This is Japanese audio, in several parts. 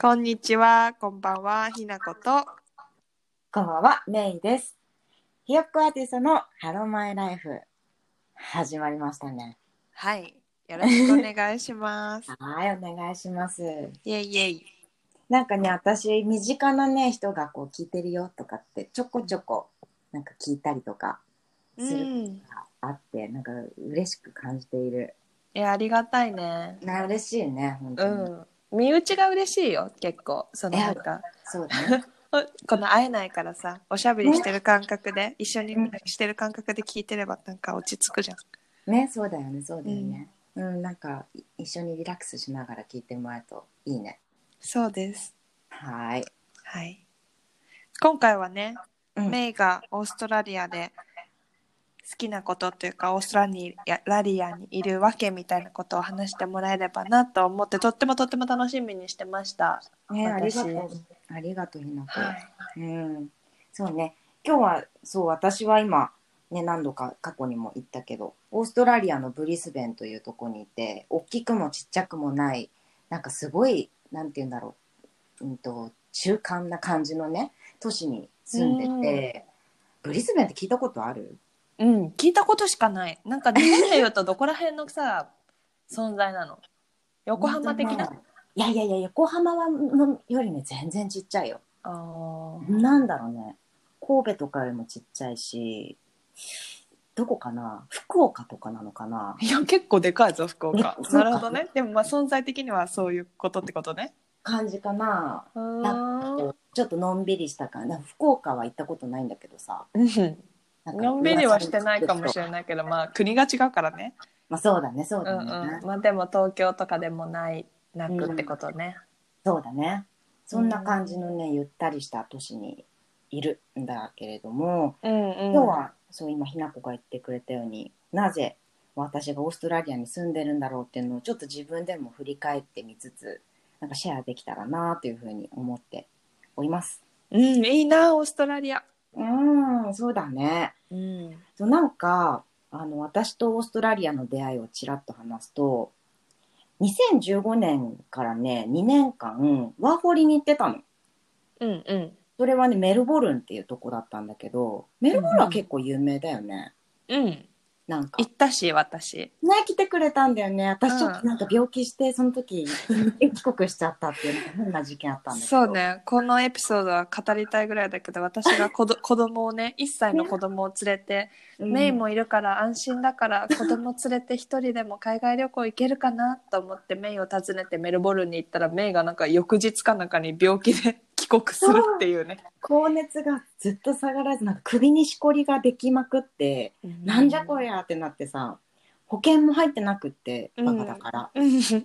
こんにちは、こんばんは、ひなこと。 こんばんは、メイです。ひよっこアーティストのハローマイライフ始まりましたね。 はい、よろしくお願いします。 はい、お願いします。 イェイイェイ。 なんかね、私、身近なね、人がこう聞いてるよとかってちょこちょこなんか聞いたりとかうするこん。 とがあって、なんか嬉しく感じている。 ありがたいね。 嬉しいね、本当に。 うん。身内が嬉しいよ、結構。そのなんか、 そうだね。 この会えないからさ、おしゃべりしてね、 る感覚で、一緒にうんしてる感覚で聞いてればなんか落ち着くじゃん。 ね、そうだよね、そううん。 だよね。うん、なんか一緒にリラックスしながら聞いてもらうといいね。 そうです。 はい。 はい。今回はね、 うん。 メイがオーストラリアで好きなことっていうかオーストラリアにいるわけみたいなことを話してもらえればなと思ってとっても楽しみにしてましたね、ありが私。 とう。ありがとう、ひなこ。 はい。 うん。そうね。今日は、そう、私は今、ね、何度か過去にも行ったけど、オーストラリアのブリスベンというとこにいて、大きくもちっちゃくもない、なんかすごい、なんて言うんだろう、中間な感じのね、都市にう住んでん、 て、ブリスベンって聞いたことある？ うん、聞いたことしかない。なんか日本で言うとどこら辺のさ存在なの？横浜的な？ ね、いやいやいや、横浜はのよりね、全然ちっちゃいよ。 あー。 なんだろうね。神戸とかよりもちっちゃいし、どこかな、福岡とかなのかな。 いや結構でかいぞ福岡。 そうか、 なるほどね。でもまあ存在的にはそういうことってことね。 感じかな。 うなんかーん。 こう、ちょっとのんびりした感じ。福岡は行ったことないんだけどさ、 うん。 なんかのんびりは噂にしてないかも聞くと、 しれないけどまあ国が違うからね。 まあそうだね、そううんだね。 うん。まあでも東京とかでもなうくってん、 ことね。 そうだね。 うそんな感じんのね、ゆったりした都市にいるんだけれども、 うんうん。 今日はそう今ひな子が言ってくれたように、なぜ私がオーストラリアに住んでるんだろうっていうのをちょっと自分でも振り返ってみつつ、なんかシェアできたらなというふうに思っております。 うん、いいなオーストラリア。 そうだね。 うん。 そう、なんか私とオーストラリアの出会いをちらっと話すと、2015年からね2年間ワーホリに行ってたの。 うんうん。 それはねメルボルンっていうとこだったんだけど、メルボルンはうんうん。 結構有名だよね。 うん。 なんか行ったし私。 ね、来てくれたんだよね。私ちょっとうん。 なんか病気して、その時、緊急帰国しちゃったっていう、なんか変な事件あったんだけど。 そうね。このエピソードは語りたいぐらいだけど、私が子供をね、1歳のね、 子供を連れて、メイうん。 もいるから安心だから子供連れて一人でも海外旅行行けるかなと思ってメイを訪ねてメルボルンに行ったら、メイがなんか翌日かなんかに病気で帰国そするってう、 いうね。 高熱がずっと下がらず、なんか首にしこりができまくって、 うなんじゃこん。 りゃってなってさ、保険も入ってなくって、バカだうん。 から。 うん。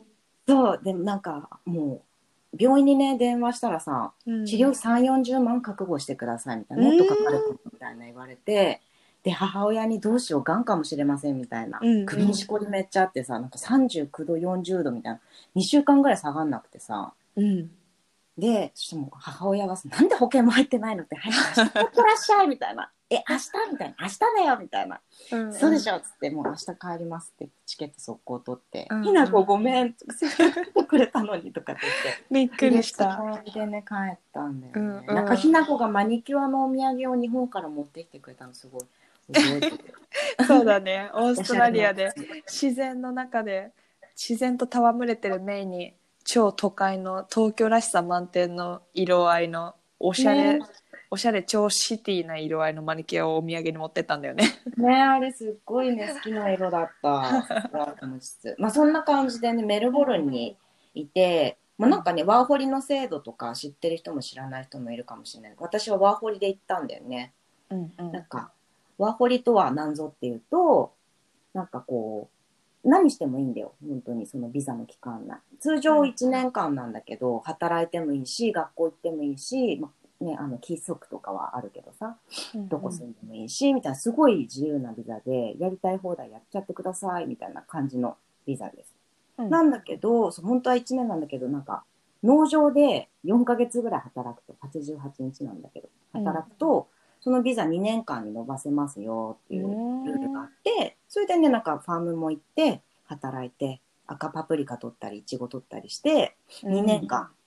そう、でもなんかもう、病院にね、電話したらさ、 うん。 治療3、40万覚悟してくださいみたいな、 うもっとかかるん。 みたいな言われて、で、母親にどうしよう、がんかもしれませんみたいな、 うん首にしこりめっちゃあってさ、なんか39度、40度みたいな、2週間ぐらい下がんなくてさ、 うん。 で、そしてもう母親がさ、なんで保険も入ってないのって、早く明日やってらっしゃいみたいな、明日みたいな、明日だよみたいな、 うんうん。 そうでしょっつって、もう明日帰りますってチケット速攻取って、 うんひなこうん。 ごめん、せっかく来てくれたのにとかって言って、 びっくり入れした。 替えでね、帰ったんだようんね。なんかうん。 ひなこがマニキュアのお土産を日本から持ってきてくれたのすごい覚えてる。 そうだね。オーストおしゃれラリアでなやつ。 自然の中で自然と戯れてるメイに超都会の東京らしさ満点の色合いのねおしゃれ超シティな色合いのマニキュアをお土産に持ってったんだよね。 あれすっごいね、好きな色だった。さすがと思いつつ。まあそんな感じでね、メルボルンにいて、まあなんかね、ワーホリの制度とか知ってる人も知らない人もいるかもしれない。私はワーホリで行ったんだよね。 うんうんなんか、ワーホリとは何ぞっていうと、なんかこう、何してもいいんだよ。本当にそのビザの期間内。通常うん 1年間なんだけど、働いてもいいし、学校行ってもいいし、まあね、規則とかはあるけどさ、 うんどこ住んでもいいし、みたいな、すごい自由なビザで、やりたい放題やっちゃってください、みたいな感じのビザです。 うんなんだけど、そう本当は1年なんだけど、なんか、農場で4ヶ月ぐらい働くと、88日なんだけど、 うん働くと、そのビザ2年間に延ばせますよってういうルールがあんって、それでね、なんかファームも行って、働いて、赤パプリカ取ったり、イチゴ取ったりして、2 うん年間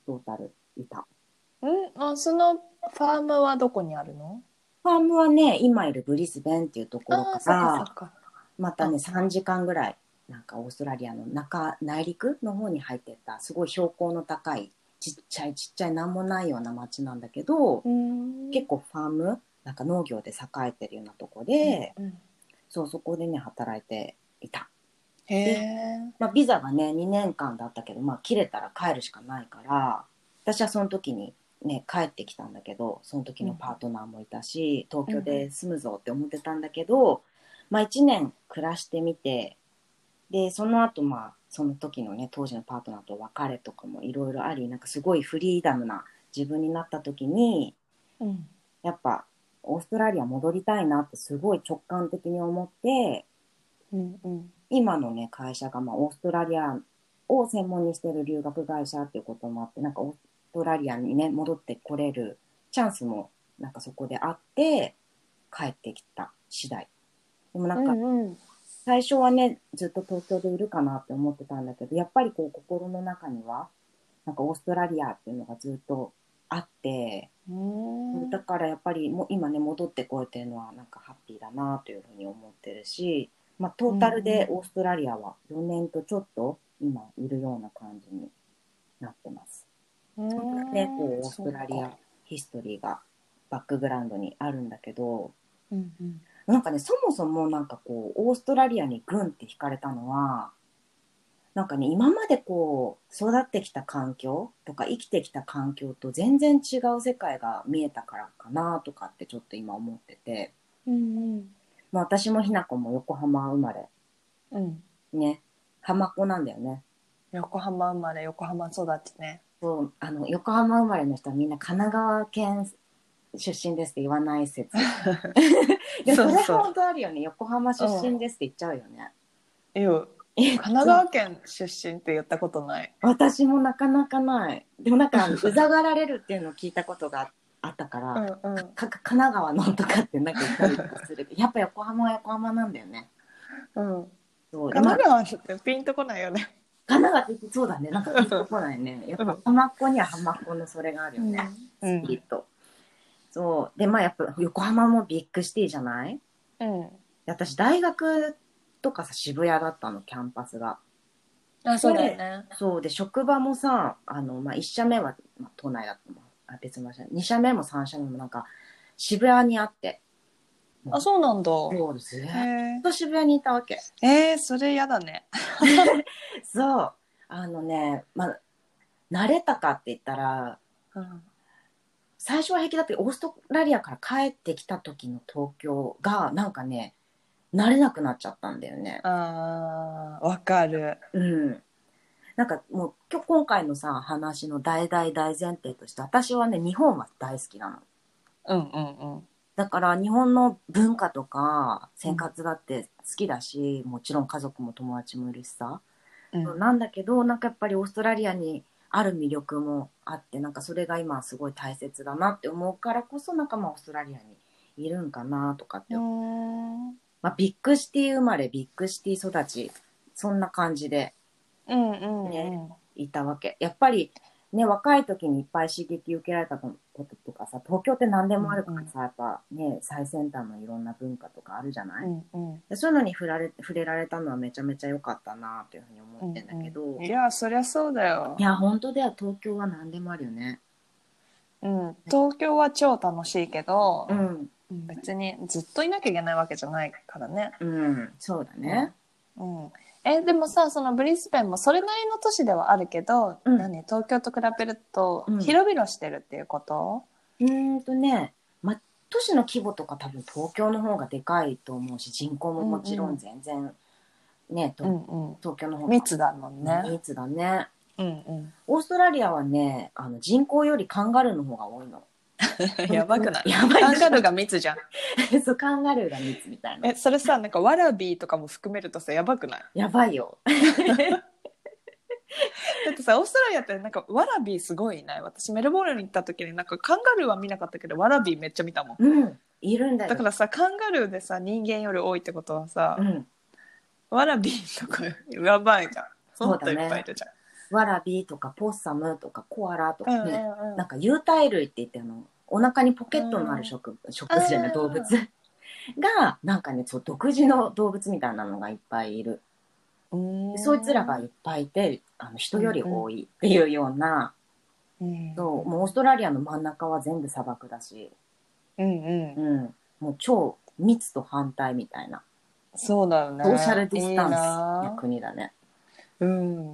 トータルいた。 そのファームはどこにあるの？ ファームはね、今いるブリスベンっていうところかそっかそら、 っか。 またね、3時間ぐらい、なんかオーストラリアの内陸の方に入ってった、すごい標高の高い、ちっちゃいなんもないような町なんだけど、結構ファーム、なんか農業で栄えてるようなとこで、そう、そこでね、働いていた。 へえ。 ビザがね、2年間だったけど、切れたら帰るしかないから、私はその時にね、帰ってきたんだけど、その時のパートナーもいたし、東京で住むぞって思ってたんだけど、1年暮らしてみて、で、その後その時のね、当時のパートナーと別れとかもいろいろあり、なんかすごいフリーダムな自分になった時に、やっぱ、オーストラリア戻りたいなってすごい直感的に思って、今のね、会社がオーストラリアを専門にしている留学会社っていうこともあって、なんかオーストラリアにね、戻ってこれるチャンスもなんかそこであって、帰ってきた次第。でもなんか、最初はね、ずっと東京でいるかなって思ってたんだけど、やっぱりこう心の中には、なんかオーストラリアっていうのがずっとあって、だからやっぱりもう今ね、戻ってこれてるのはなんかハッピーだなというふうに思ってるし、トータルでオーストラリアは4年とちょっと今いるような感じになってます。そんなね、こうオーストラリアヒストリーがバックグラウンドにあるんだけど、なんかね、そもそもなんかこうオーストラリアにグンって惹かれたのは、なんかね、今までこう育ってきた環境とか生きてきた環境と全然違う世界が見えたからかなとかってちょっと今思ってて、私もひなこも横浜生まれ、ね、浜っ子なんだよね。 横浜生まれ、横浜育ちね。 そう、横浜生まれの人はみんな神奈川県出身ですって言わない説。でそれ本当あるよね。横浜出身ですって言っちゃうよね。 神奈川県出身って言ったことない。 私もなかなかない。でもなんかうざがられるっていうのを聞いたことがあったから、神奈川のとかってなんか言ったりとかするけど、やっぱ横浜は横浜なんだよね。 そう神奈川ってピンとこないよね。 神奈川ってそうだね。なんかピンとこないね。やっぱ浜っ子には浜っ子のそれがあるよね。スピリット。そうでやっぱ横浜もビッグシティじゃない？私大学とかさ渋谷だったのキャンパスが。 そうだよね。 そうで職場もさ1社目は、都内だった別の場所、2社目も3社目もなんか渋谷にあって。 そうなんだ。 そうずっと渋谷にいたわけ。 それやだね。 そう慣れたかって言ったら、最初は平気だってオーストラリアから帰ってきた時の東京がなんかね慣れなくなっちゃったんだよね。 わかる。 なんかもう今回のさ話の大前提として私はね日本は大好きなの。だから日本の文化とか生活だって好きだし、もちろん家族も友達もいるしさ、なんだけどなんかやっぱりオーストラリアにある魅力もあって、なんかそれが今すごい大切だなって思うからこそなんかオーストラリアにいるんかなとかってビッグシティ生まれビッグシティ育ちそんな感じでいたわけ。やっぱりね若い時にいっぱい刺激受けられたこととかさ、東京って何でもあるからさ、やっぱね最先端のいろんな文化とかあるじゃない、でそういうのに触れられたのはめちゃめちゃ良かったなというふうに思ってんだけど、 いやそりゃそうだよ。 いや本当だよ、東京は何でもあるよね。 東京は超楽しいけど、別にずっといなきゃいけないわけじゃないからね。 そうだね。 でもさ、そのブリスベンもそれなりの都市ではあるけど、東京と比べると広々してるっていうこと？ 都市の規模とか多分東京の方がでかいと思うし、人口ももちろん全然ね、東京の方が密だもんね。 密だね。オーストラリアはね、人口よりカンガルーの方が多いの。 やばくない？ やばい。 カンガルーが密じゃん。 そうカンガルーが密みたいな。 それさ、なんかワラビーとかも含めるとさ、やばくない？ やばいよ。 だってさ、オーストラリアってなんかワラビーすごいね。私メルボルンに行った時になんかカンガルーは見なかったけどワラビーめっちゃ見たもん。 いるんだよ。 だからさ、カンガルーでさ人間より多いってことはさ、ワラビーとかやばいじゃん。もっといっぱいいるじゃん。 ワラビとかポッサムとかコアラとうんうかね、 んうん。 なんか有袋類って言ってお腹にポケットのある植物じゃない、動物が、なんかね、そう、独自の動物みたいなのがいっぱいいる。 うでそいつらん。 がいっぱいいて、人よりうんうん多いっていうような、 うんそう、もうオーストラリアの真ん中は全部砂漠だし、 うんうん。 うん、もう超密と反対みたいな、 そうだよソーシャね。 ルディスいいタンスのな。 国だね。 うん。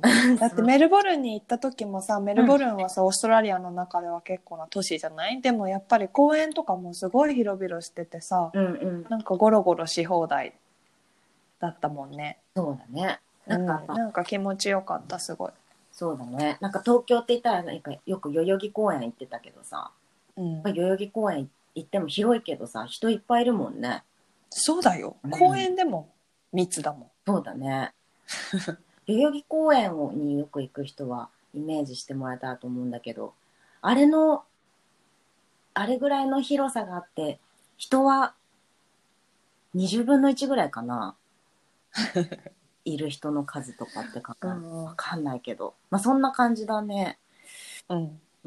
だってそう、 メルボルンに行った時もさ、メルボうん、 ルンはさ、オーストラリアの中では結構な都市じゃない？でもやっぱり公園とかもすごい広々しててさ、 うんうん、 なんかゴロゴロし放題だったもんね。 そうだね。 うん。なんか気持ちよかった、すごい。 そうだね。なんか東京って言ったら、なんかよく代々木公園行ってたけどさ、 うん。 代々木公園行っても広いけどさ、人いっぱいいるもんね。 そうだよ。公うん、 園でも密だもそうだね。代々木公園によく行く人はイメージしてもらえたらと思うんだけど、あれの、あれぐらいの広さがあって、人は20分の1ぐらいかな。いる人の数とかってん。うわんうん。 かんないけど。まあそんな感じだね。 うん。 うん。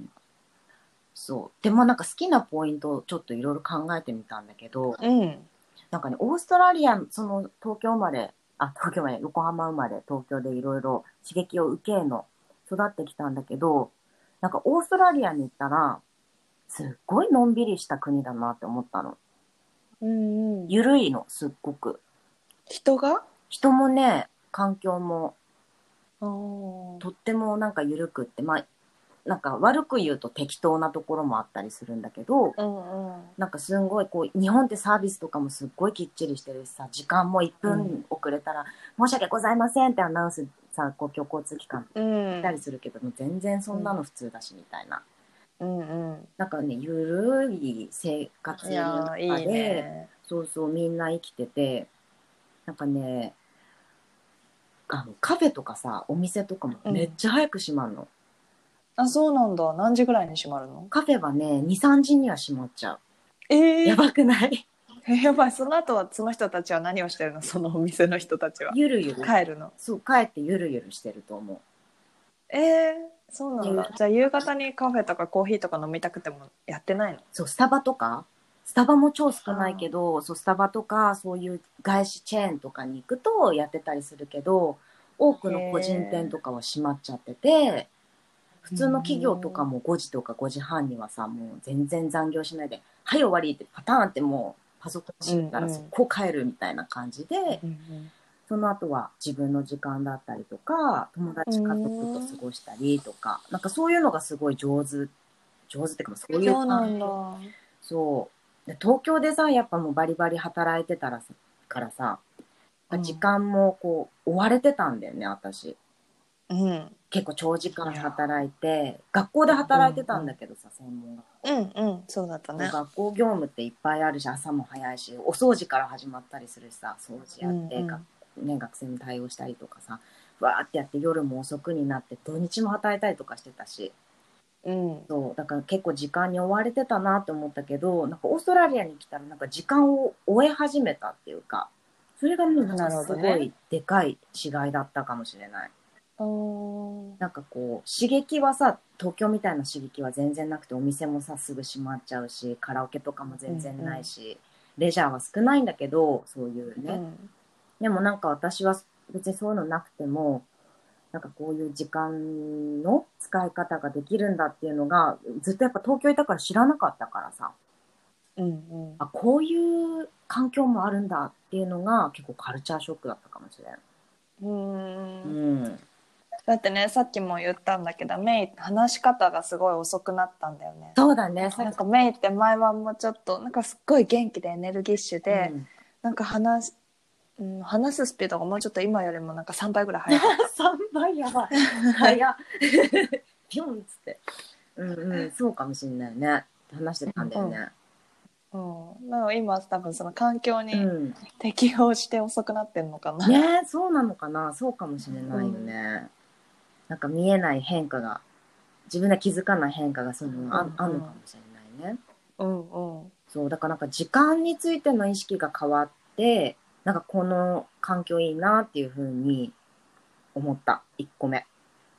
そう。でもなんか好きなポイントをちょっといろいろ考えてみたんだけど、 うん。 なんかね、オーストラリア、東京生まれ、東京生まれ、横浜生まれ、東京でいろいろ刺激を受けの育ってきたんだけど、なんかオーストラリアに行ったら、すっごいのんびりした国だなって思ったの。 うんうん。 ゆるいの、すっごく。 人が。 人もね、環境もあー。 とってもなんかゆるくって、まあ、なんか悪く言うと適当なところもあったりするんだけど、 うんうん。 なんかすんごいこう、日本ってサービスとかもすっごいきっちりしてるしさ、時間も1 うん分遅れたら、申し訳ございませんってアナウンスさ、公共交通機関う来たりんするけども、全然そうんんなの普通だしみたいな。 うんうなんかね、ゆるい生活ん。いのやー、いい中で、 ね。 そうそうみんな生きてて、なんかね、カフェとかさ、お店とかもめっうん。 ちゃ早く閉まるの。 あ、そうなんだ。何時ぐらいに閉まるの？ カフェはね、2、3時には閉まっちゃう。やえばくない？ やばい。その後はその人たちは何をしてるの？そのお店の人たちは。 ゆるゆる。 帰るの？ そう、帰ってゆるゆるしてると思う。 そうっていうなんだ。じゃあ夕方にカフェとかコーヒーとか飲みたくてもやってないの？ そう、スタバとか、スタバも超少ないあけど、そう、スタバとか、そういう外資チェーンとかに行くとやってたりするけど、多くーへの個人店え。 とかは閉まっちゃってて、普う通の企業とかんも5時とか5時半にはさ、もう全然残業しないで、はい終わりってパターンってもうパソコンうん閉めたらそうんこ帰るみたいな感じで、 うんその後は自分の時間だったりとか、友う達家族とん。 過ごしたりとか、なんかそういうのがすごい上手っていうか、そういうそうなんだ。 環境。そう。で東京でさ、やっぱもうバリバリ働いてたらさ、からさ、時うん間もこう、追われてたんだよね、私。 うん。 結構長時間いや働いて、学校でう働いてたんだんうんけどさ、専門学校。 うんうんそうだったそう、 ね。 学校業務っていっぱいあるし、朝も早いし、お掃除から始まったりするしさ、掃除うやって、 んうん学生に対応したりとかさ、わーってやって夜も遅くになって土日も働いたりとかしてたし、 うんそう、だから結構時間に追われてたなって思ったけど、なんかオーストラリアに来たらなんか時間を終え始めたっていうか、それがね、なんなかるほどね。 すごいでかい違いだったかもしれない。 うーんなんかこう、刺激はさ、東京みたいな刺激は全然なくて、お店もさ、すぐ閉まっちゃうし、カラオケとかもう全然ないんし、レジャーは少ないんだけど、そういうね。 うんでもなんか私は別にそういうのなくても、なんかこういう時間の使い方ができるんだっていうのが、ずっとやっぱ東京いたから知らなかったからさ、 うんうんこういう環境もあるんだっていうのが結構カルチャーショックだったかもしれない。 ううん。 ん。 だってね、さっきも言ったんだけど、メイ話し方がすごい遅くなったんだよね。 そうだね、さっき。 なんかメイって前はもうちょっとなんかすっごい元気でエネルギッシュで、 うん。 なんか話すスピードがもうちょっと今よりもなんか3倍ぐらい速かった。 3倍やばい。早っ。ピョンっつって。うんうん、そうかもしんないね。話してたんだよね。 だから今多分その環境にうん。 適応して遅くなってんのかな。 ねえ、そうなのかな。そうかもしれないようん、 ね。なんか見えない変化が、自分で気づかない変化がそういうのうんあんうんのかもしれないね。 うんうんそう、だからなんか時間についての意識が変わって、なんかこの環境いいなっていうふうに思った。1個目。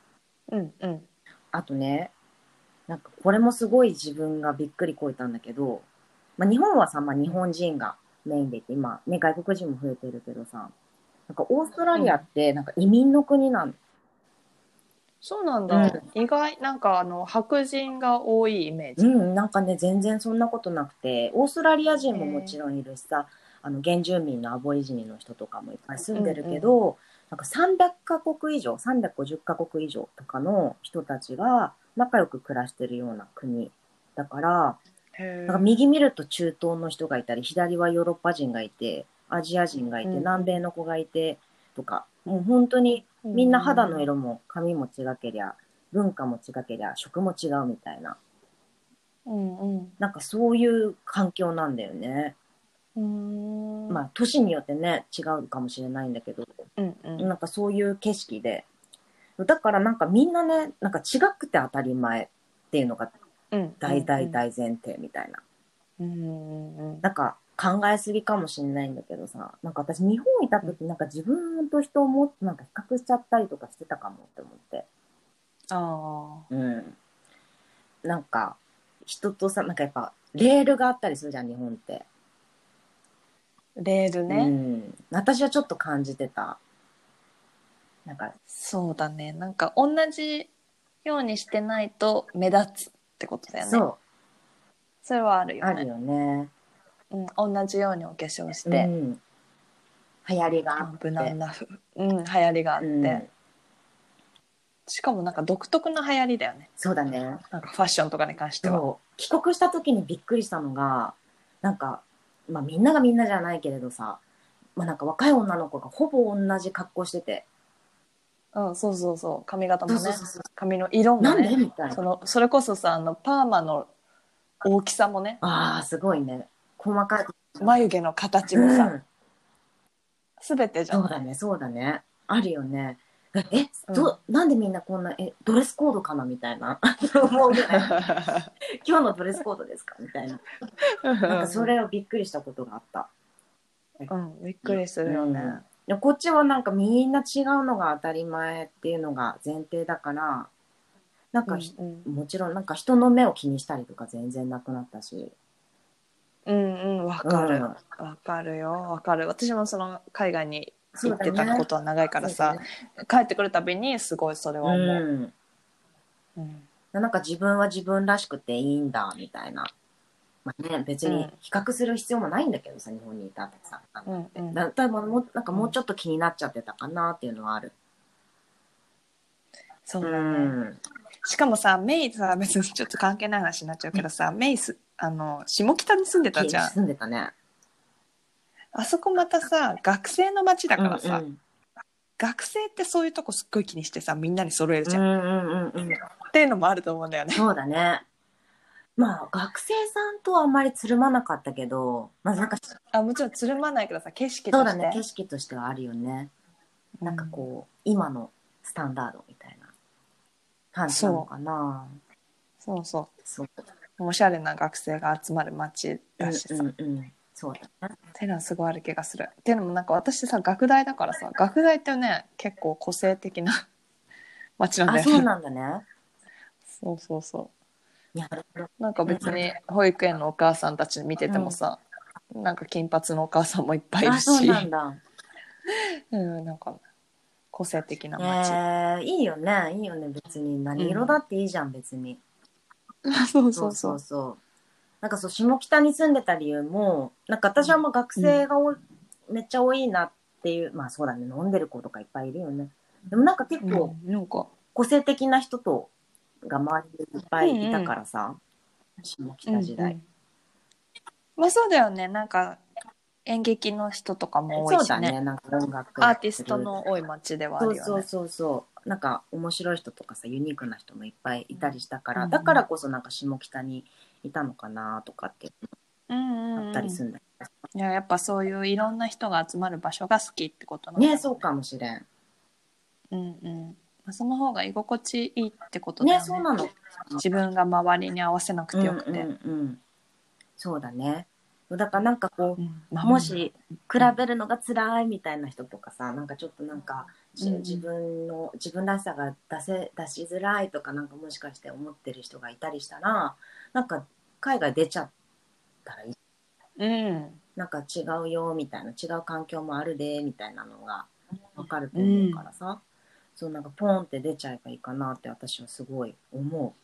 うんうん。 あとね、なんかこれもすごい自分がびっくりこいたんだけど、まあ、日本はさ、まあ、日本人がメインでいて、今ね、外国人も増えてるけどさ、なんかオーストラリアっうん。 てなんか移民の国なの。 そうなんうん。 だ。意外、なんか白人が多いイメージ。 うん、なんかね、全然そんなことなくて、オーストラリア人ももちへえ。 ろんいるしさ、原住民のアボリジニの人とかもいっぱい住うんんでるけうん。 ど、なんか300カ国以上、350カ国以上とかの人たちが仲良く暮らしてるような国だから、 へなんか右え。 見ると中東の人がいたり、左はヨーロッパ人がいて、アジア人がいて、 うんうん。 南米の子がいて、とか、もう本当にうみんな肌んの色も髪も違けりゃ、文化も違けりゃ、食も違うみたいな。 うんうん。 なんかそういう環境なんだよね。 うん。 まあ、都市によってね、違うかもしれないんだけど、 うんうん。 なんかそういう景色で、だからなんかみんなね、なんか違くて当たり前っていうのがうんう大大んうん。 大前提みたいな。 うんうん。 なんか考えすぎかもしれないんだけどさ、なんか私日本いたうん。 時なんか自分と人をもなんか比較しちゃったりとかしてたかもって思って。 ああ。 うん。なんか人とさ、なんかやっぱレールがあったりするじゃん、日本って。 レールうね。 ん。私はちょっと感じてた。なんか、 そうだね。なんか同じようにしてないと目立つってことだよね。 そう、 それはあるよね。 あるよね。 うん。同じようにお化粧して、 うん。流行りがあっまあ、無て。 難なうん、流行りがあって。 うん。 しかもなんか独特な流行りだよね。 そうだね。 なんかファッションとかに関しては。 そう。帰国した時にびっくりしたのが、なんか、まあみんながみんなじゃないけれどさ、まあなんか若い女の子がほぼ同じ格好してて、 うん、そうそうそう。髪型もね。 そうそうそうそ髪の色う。なんでもね。 みたいな。 それこそさ、パーマの大きさもね。 ああ、すごいね。細かい。 眉毛の形もさ、 うん。 すべてじゃん。 そうだね、そうだね。あるよね。 うん。 なんでみんなこんな、ドレスコードかなみたいな。思うぐらい。今日のドレスコードですかみたいな。なんかそれをびっくりしたことがあった。 うん、びっくりするよね。 うん。でこっちはなんかみんな違うのが当たり前っていうのが前提だから、なんかうんうん。 もちろんなんか人の目を気にしたりとか全然なくなったし。 うんうん、わうかる。 ん。 わかるよ。わかる。私もその海外に行ってたそうだね。 ことは長いからさ、 そうだね。 帰ってくるたびにすごいそれは思うん。 う。うん。 なんか自分は自分らしくていいんだみたいな。まあね、別にうん。 比較する必要もないんだけどさ、日本にいたってさ。 うんうん。 多分もう、なんかうん。 もうちょっと気になっちゃってたかなっていうのはある。うそうだね。 ん。 しかもさ、メイさ、別にちょっと関係ない話になっちゃうけどさ、メイス、下北に住んでたじゃん。 住んでたね。 あそこまたさ、学生の街だうんからさ、 うん。 学生ってそういうとこすっごい気にしてさ、みんなに揃えるじゃん。っうんうんうんうん。 ていうのもあると思うんだよね。 そうだね。まあ、学生さんとはあんまりつるまなかったけど、まあなんか、 あ、もちろんつるまないけどさ、景色そうだね、 として。 景色としてはあるよね。なんかうん。 こう、今のスタンダードみたいな感じなのそう。 かな。 そうそそう。 う。おしゃれな学生が集まる街うんうだしさ。っんうん。そうだね。 ていうのはすごいある気がする。っていうのもなんか私さ、学大だからさ、学大ってね、結構個性的な街なんあ、 だよね。 そうなんだね。 そうそうそう。 なるほど。 なんかうん別に保育園のお母さんたち見てうん。 てもさ、なんか金髪のお母さんもいっぱいいるあ、そうなんし、 だ。 うん、なんか個性的な街。 いいよね。いいよね。別に。何色だうん。 っていいじゃん、別に。 そうそうそうそう。 そうそう。なんかそう、下北に住んでた理由も、なんか私はもう学うん。 生がめっちゃ多いなっていう、まあそうだね、飲んでる子とかいっぱいいるよね。でもなんか結構うん、なんか、 個性的な人が周りにいっぱいいたうんうん。 からさ、下う北時代。 んうん。まあそうだよね。なんか演劇の人とかも多いしね。 そうだね、なんか音楽やっアーティストてる。 の多い街ではあそうるよね。 そうそうそう。なんか面白い人とかさ、ユニークな人もいっぱいいたりしたかうんうら、だからん。 こそなんか下北にいたのかなとかってうんあったうんうん。 りするんだけいや、やっぱそういういろんな人が集まる場所が好きってことど。ね、 なんだろうね。 そうかもしれん。 うんうん。まあその方が居心地いいってことだね、 よね。 そうなの。 自分が周りに合わせなくうんてよくて。 うんうん。そうだね。だからなんかこうん。まあ、 う、もし比うん。 べるのが辛いみたいな人とかさ、なんかちょっとなんか自分らしさが出しづらいとかなんかもしかして思ってる人がいたりしたら、なんか海外出ちゃったらいい、なんか違うよみたいな、違う環境もあるでみたいなのがわかると思うからさ、そうなんかポンって出ちゃえばいいかなって私はすごい思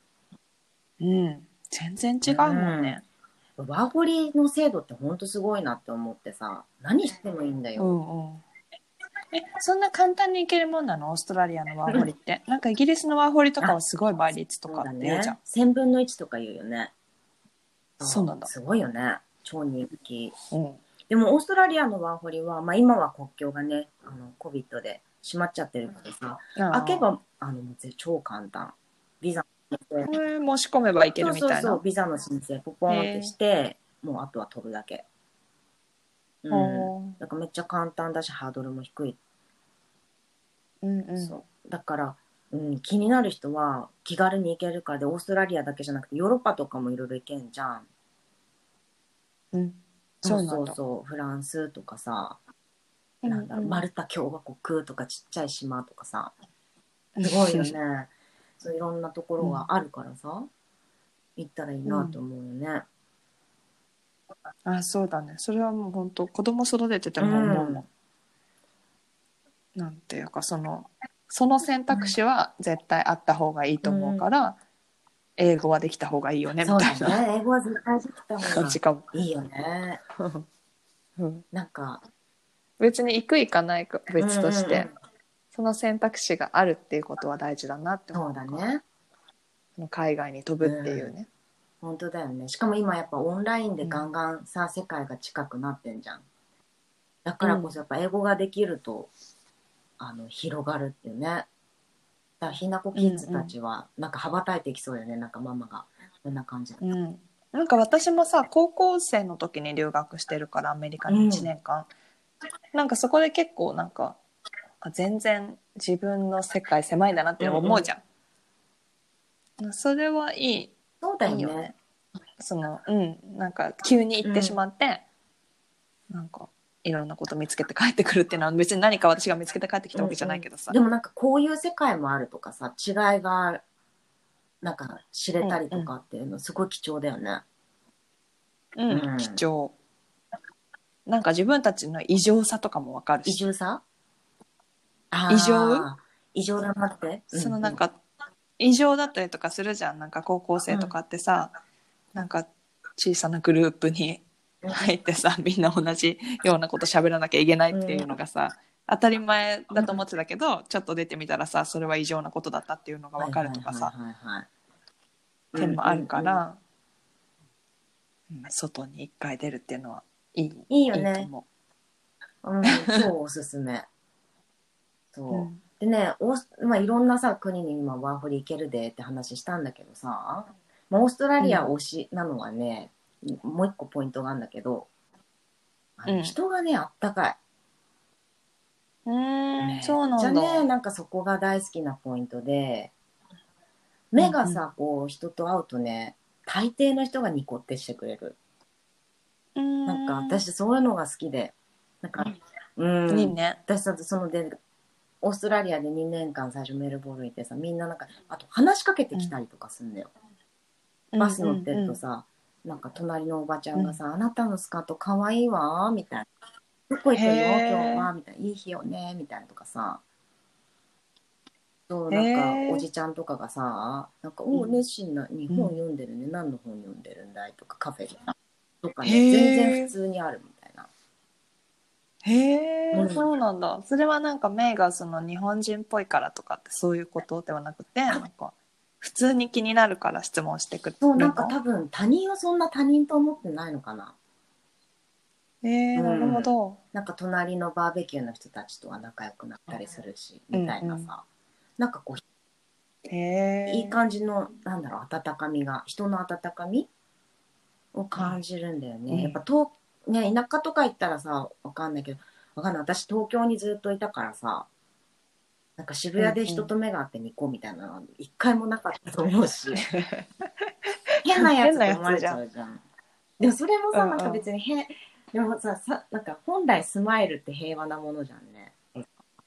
全然違うもんね。 ワーホリの制度ってほんとすごいなって思ってさ、何してもいいんだよ。 そんな簡単に行けるもんなの？オーストラリアのワーホリって。なんかイギリスのワーホリとかはすごい倍率とかって言うじゃん。 1000分の1とか言うよね。 そうなんだ。 すごいよね。超人気。でもオーストラリアのワーホリは、まあ今は国境がね、COVID で閉まっちゃってるけどさ、開けば、超簡単。ビザの申請。 申し込めばいけるみたいな。 そう、ビザの申請ポポンってして、もうあとは飛ぶだけ。だからめっちゃ簡単だし、ハードルも低い。そうだから、気になる人は気軽に行けるからで、オーストラリアだけじゃなくてヨーロッパとかもいろいろ行けんじゃん。そうフランスとかさ、なんだろう、マルタ共和国とかちっちゃい島とかさ、すごいよね。そういろんなところがあるからさ、行ったらいいなと思うよね。 そうだね。それはもう本当子供育ててても思うもん。なんていうかその選択肢は絶対あった方がいいと思うから、英語はできた方がいいよねみたいな。 そうだね。英語は絶対できた方がいいよね。なんか別に行く行かないか別として、その選択肢があるっていうことは大事だなって思うから。そうだね。海外に飛ぶっていうね。 本当だよね。しかも今やっぱオンラインでガンガンさ、世界が近くなってんじゃん。だからこそやっぱ英語ができると、広がるっていうね。だからひなこキッズたちはなんか羽ばたいていきそうよね。なんかママがこんな感じで。 なんか私もさ、高校生の時に留学してるからアメリカに1年間、なんかそこで結構なんか全然自分の世界狭いんだなって思うじゃん。それはいい。 そうだよね。 なんか急に行ってしまって、なんかいろんなこと見つけて帰ってくるっていうのは別に何か私が見つけて帰ってきたわけじゃないけどさ。 でもなんかこういう世界もあるとかさ、違いがなんか知れたりとかっていうのすごい貴重だよね。 貴重。なんか自分たちの異常さとかもわかるし。 異常さ？異常だなって。 そのなんか異常だったりとかするじゃん。なんか高校生とかってさ、なんか小さなグループに入ってさ、みんな同じようなこと喋らなきゃいけないっていうのがさ、当たり前だと思ってたけど、ちょっと出てみたらさ、それは異常なことだったっていうのが分かるとかさ、点もあるから、外に一回出るっていうのはいいよね。いいと思う。超おすすめ。そう。でね、いろんなさ、国に今ワーホリ行けるでって話したんだけどさ、オーストラリア推しなのはね、もう一個ポイントがあるんだけど、人がね、あったかい。 そうなんだ。 じゃあね、なんかそこが大好きなポイントで、目がさ、こう人と会うとね、大抵の人がニコってしてくれる。なんか私そういうのが好きで、なんか、いいね。私さ、オーストラリアで2年間最初メルボルン行ってさ、みんななんか、あと話しかけてきたりとかするんだよ。バス乗ってるとさ、なんか隣のおばちゃんがさ、あなたのスカートかわいいわ、みたいな。どこ行くよ、今日は、みたいな。いい日よね、みたいなとかさ。そう、なんか、おじちゃんとかがさ、なんか、熱心な、日本読んでるね、何の本読んでるんだいとか、カフェでとかね、全然普通にあるみたいな。 そうなんだ。それはなんかメイがその日本人っぽいからとかってそういうことではなくて、なんか普通に気になるから質問してくるの。 そう、なんか多分他人はそんな他人と思ってないのかな。 なるほど。 なんか隣のバーベキューの人たちとは仲良くなったりするし、みたいなさ。なんかこう、いい感じの、なんだろう、温かみが、人の温かみを感じるんだよね。やっぱね、田舎とか行ったらさ、わかんないけど、わかんない。私東京にずっといたからさ、なんか渋谷で人と目が合ってニコみたいなのは一回もなかったと思うし、変なやつって思われちゃうじゃん。でもそれもさ、なんか別にでもさ、なんか本来スマイルって平和なものじゃんね。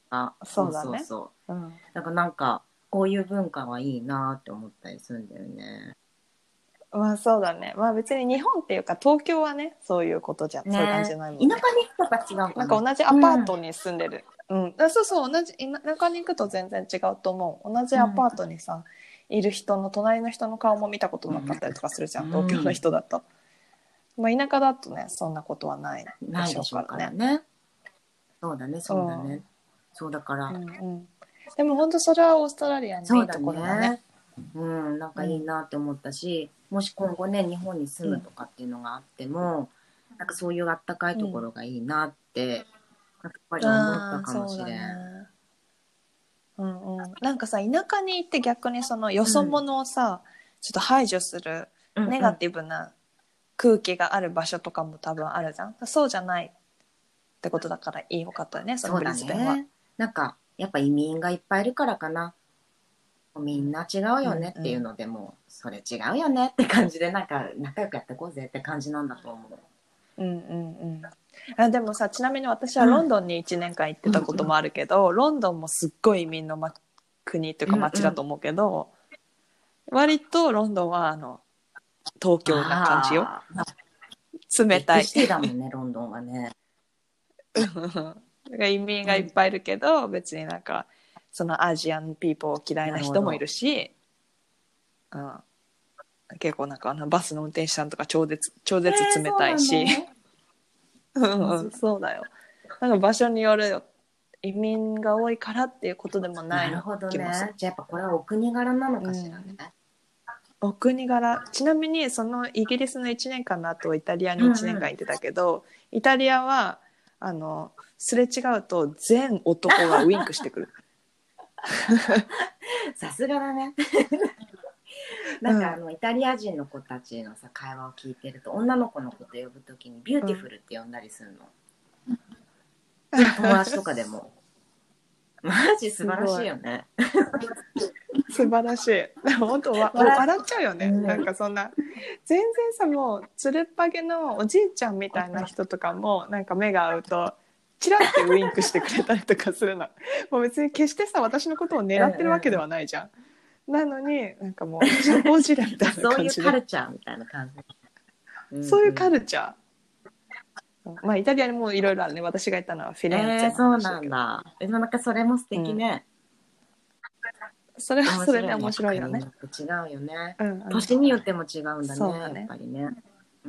あ、 そうだね。 そう。 うん。 だからなんか、こういう文化はいいなって思ったりするんだよね。 まあそうだね。まあ別に日本っていうか東京はね、そういうことじゃん。そういう感じじね田舎にゃないもんね。 行くとか違うかな。 なんか同じアパートに住んでる。うん。そうそう、同じ、田舎に行くと全然違うと思う。同じアパートにさ、いる人の隣の人の顔も見たことなかったりとかするじゃん。東京の人だと。まあ田舎だとね、そんなことはないでしょないでしょううからね。 からね。そうだね、 うん。 そうだね。そうだから、 うんうん。でも本当それはオーストラリアのそうだいいところだね。 ね。なんかいいうん。 なって思ったし、もし今後ね、日本に住うん。 むとかっていうのがあっても、なんかそういうあったかいところがいいなって、やっぱり思ったああ、 かもそうだしれん。 ね。うんうん。なんかさ、田舎に行って逆にそのよそうん。 者をさ、ちょっと排除するネガうんうん。 ティブな空気がある場所とかも多分あるじゃん。そうじゃないってことだからよかったよね、そのブリそうだスベンは。 ね。なんか、やっぱ移民がいっぱいいるからかな。みんな違うよねっていううんうん。 のでも、それ違うよねって感じで、なんか仲良くやっていこうぜって感じなんだと思う。 うんうんうん。あ、でもさ、ちなみに私はうん。 ロンドンに1年間行ってうんうん。 たこともあるけど、ロンドンもすっごい移民の、国というかうんうん。 街だと思うけど、割とロンドンは東京な感じよ。 ああ、ビッグ冷たい。 シティだもんね、ロンドンはね。 だから移民うん。 がいっぱいいるけど、別になんかそのアジアンピーポー嫌いなな人もいるほど。 るし、うん、結構なんかバスの運転手さんとか超絶冷そうなたいし、 の？ うんうん、 むず、 そうだよ。なんか場所によるよ。移民が多いからっていうことでもないなるほど気もする。 ね。じゃあやっぱこれはお国柄なのうかしらね。 ん、お国柄。ちなみにそのイギリスの1年間の後イタリアに1 うんうん。 年間行ってたけど、イタリアはすれ違うと全男がウインクしてくる。 さすがだね。なんかうん、 イタリア人の子たちのさ、会話を聞いてると、女の子のこと呼ぶときにビューティフうん。 ルって呼んだりするの。友達とかでも。マジ素晴らすごい。 しいよね。 素晴らしい。でも本当笑笑っちゃうよね。なんうん。 かそんな、全然さ、もう、つるっぱげのおじいちゃんみたいな人とかも、なんか目が合うと、チラってウインクしてくれたりとかするの。もう別に決してさ、私のことをうん狙ってるわけでうはないじゃん。なのに、なんかもう、社交辞令みん。あ、 たいなそういう感じで。 カルチャーみたいな感じ。うんそういうカうん。 ルチャー。まあ、イタリアにもいろいろあるね。私が行ったのはフィレンツェのそうなん話だけど。 だ。なんかそれも素うん。 敵ね。 それはそれで面白いね。やっぱ面白いよね。 国によって違うよね。 うんうん。 年によっても違うんだね。やっそうだね。 ぱりね。うん。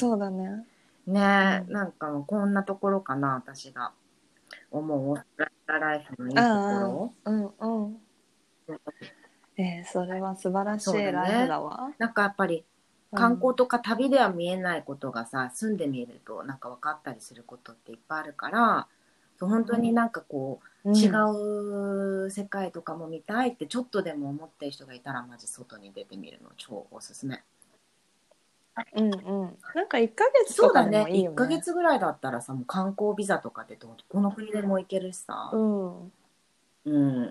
そうだね。うねえ、 ん。 なんかもうこんなところかな、私が思うオーストラリアライフのいいとこあろ。 あ、うんうん。それは素晴らしそうだいライフね。 だわ。 なんかやっぱり観光うん。 とか旅では見えないことがさ、住んでみるとなんか分かったりすることっていっぱいあるから、そう本当になんかこう違うん。 う世界とかも見たいってちょっとでも思ってる人がいたらマジ外に出てみるの超おすすめ。 うんうん。なんか1ヶ月とかでもそうだね。1 いいよね。 ヶ月ぐらいだったらさ、もう観光ビザとかでどこの国でも行けるしうさ。 ん。 うん。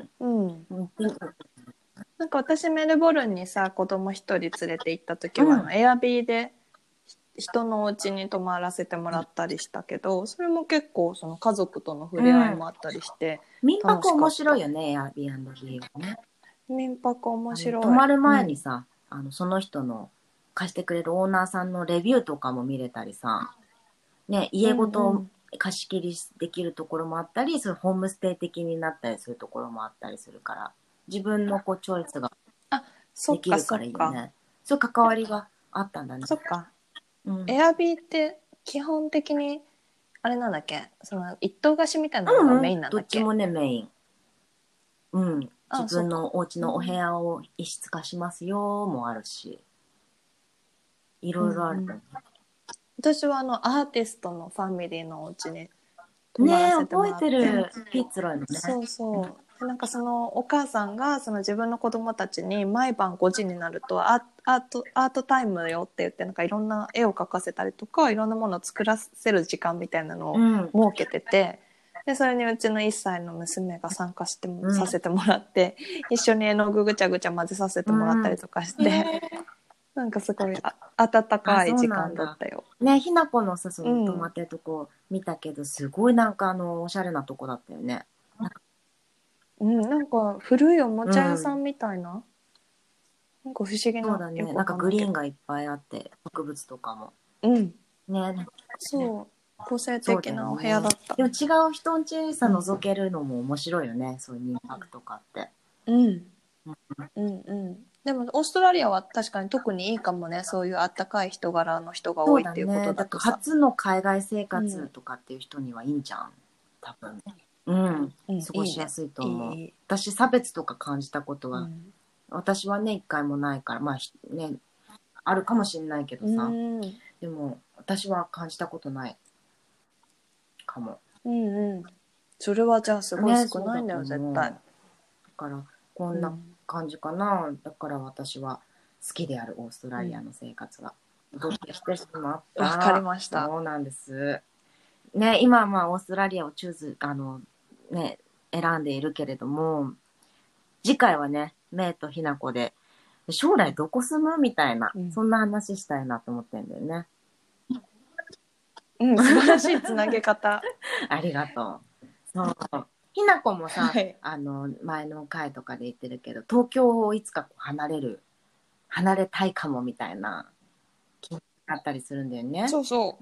うん。なんか私メルボルンにさ、子供一人連れて行った時は、 うん。 エアビーで人のお家に泊まらせてもらったりしたけど、それも結構その家族との触れ合いうん。 もあったりして民楽泊面しかった。 白いよね、Airbnb はね。 民泊面泊白い。 まるうん。 前にさ、その人の貸してくれるオーナーさんのレビューとかも見れたりさ、ね、 う家ごとんうん。 貸し切りできるところもあったり、それホームステイ的になったりするところもあったりするから、自分のこうチョイスがあ、そでっかきるからそっか。 いいよね。そういう関わりがあったんだね。 そっか。 うん。 エアビーって基本的にあれなんだっけ、その一棟貸しみたいなのがうんうん。 メインなんだっけ。 どっちもね、メイン。うん。自ああ、そっか。 分のお家のお部うん。 屋を一室貸しますよもあるし、いろいろある。 うんうん。私はアーティストのファミリーのお家に泊まねえ、 らせても覚えらって、 てる。フィッツロイのね。 そうそう。でなんかそのお母さんがその自分の子供たちに毎晩5時になるとアートタイムよって言って、なんかいろんな絵を描かせたりとかいろんなものを作らせる時間みたいなのをうん。 設けてて、でそれにうちの1歳の娘が参加してうん。 させてもらって、一緒に絵の具ぐちゃぐちゃ混ぜさせてもらったうん。 りとかしへて、 え。 なんかすごい温あ、 かいそう時間だっなんだ。 たよ。 ね、ひなこのさ、その泊まうん。 ってるとこ見たけど、すごいなんかおしゃれなとこだったよね。 うん、なんか古いおもちゃ屋さうんんみたいな、なんか不思議な、 そうだね。 よくわなんかグかんないけど。 リーンがいっぱいあって、植物とかも。 うん、 ね、なんかねそう、個性そうだよ的なお部屋だね。 った。 でも違う人んちさうん、 覗けるのも面白いよね。そういう民泊とかって。 うん、 うんうん、うん。でもオーストラリアは確かに特にいいかもね。そういうあったかい人柄の人がそう多いっていうことだね。だだとさ。 から初の海外生うん、 活とかっていう人にはいいんじゃん。多分。うん。 うん、 過ごいいね。 しやすいとい思う。 い、いい。 私、差別とか感じたことは、 うん。 私はね、一回もないから、まあ、ね、あるかもしれないけうどさ。 ん、 でも、私は感じたことないかも。 うん、うん。それはじゃあすごいね、 少そうだとないんだよ、絶対。 思う。だから、こんなうん、 感じかな。だから私は好きであるオーストうん。 ラリアの生活が。戻ってきてしまっわかりた。 ました。 そうなんです。ね、今はまあオーストラリアをね、選んでいるけれども、次回はね、メイとひなこで、将来どこ住むみたいな、 うん。 そんな話したいなと思ってんだよね。 うん、素晴らしいつなげ方。 ありがとう。そう。ひなこもさ、 はい。 前の回とかで言ってるけど、東京をいつかこう離れたいかもみたいな気になったりするんだよね。 そうそう。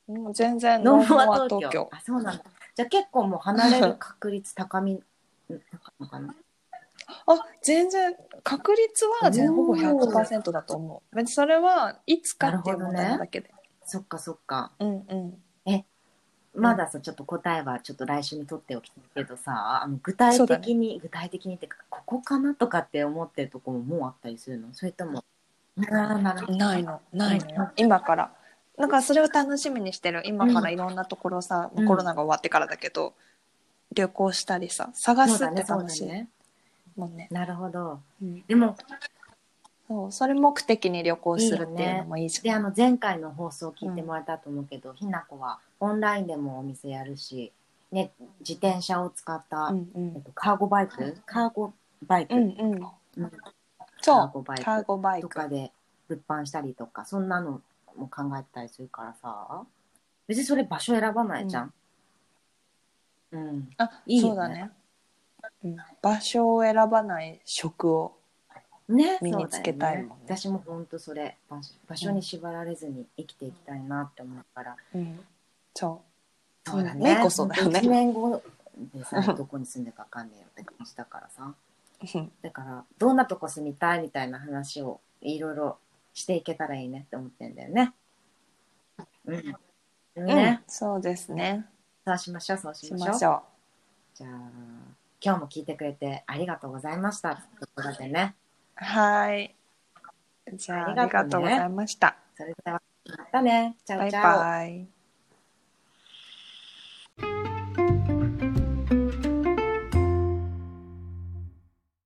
もう全然、 ノンモアノンモア東京。 東京。 あ、そうなんだ。じゃあ結構もう離れる確率高いのかな。 あ、全然、確率はほぼおー。 100%だと思う。別にそれはいつかなるっていう問題なほどね。 だけで。 そっかそっか。 うんうん。 え、 うん。 まださ、ちょっと答えはちょっと来週に取っておきたいけどさ、具体そうだね。 的に、具体的にってか、ここかなとかって思ってるとこももうあったりするの？それとも、なるほどね。 ないの、ないのよ。 うん、 今から。だからそれを楽しみにしてる。今うん、 からいろんなところさ、もうコロうん。 ナが終わってからだけど、旅行したりさ、探すってそうだね、そう楽しいだね。 もんね。 なるほど。 うん。 でも、 そう、それ目的に旅行いいするっていうのよね。 もいいじで、前回の放送聞ゃん。うん。 いてもらったと思うけど、ひなこはオンラインでもお店やるし、ね、自転車を使った、 うんうん。 カーゴバイク、 うんうん。 うん、カーそう、 ゴバイクカーゴバイク。 とかで物販したりとか、そんなのも考えてたりするからさ、別にそれ場所選ばなうん。 いじゃん。うん。 あ、 いいよね。 そうだね。うん。場所を選ばない職をね、そう身につけたいだよね。 もんね。 私もほんとそれ、場所にうん。 縛られずに生きていきたいなって思うから、 うん。そう。 そううん。メイこだね。ほんと1 そだよね。 年後でさえどこに住んでるかわかんねえよって感じだからさ。 うん。 だから、どんなとこ住みたいみたいな話をいろいろしていけたらいいねって思ってんだよね。うん。 うん、 ね。 そうですね。 そうしましょう、そうししましょう。 ましょじゃあ、今日も聞いてくれてありがとうございました。ところでね。 う。はい。じゃあ、ありありがとがとうござうね。 いました。 それでは、またね。チャオバイチャオ。 バイ。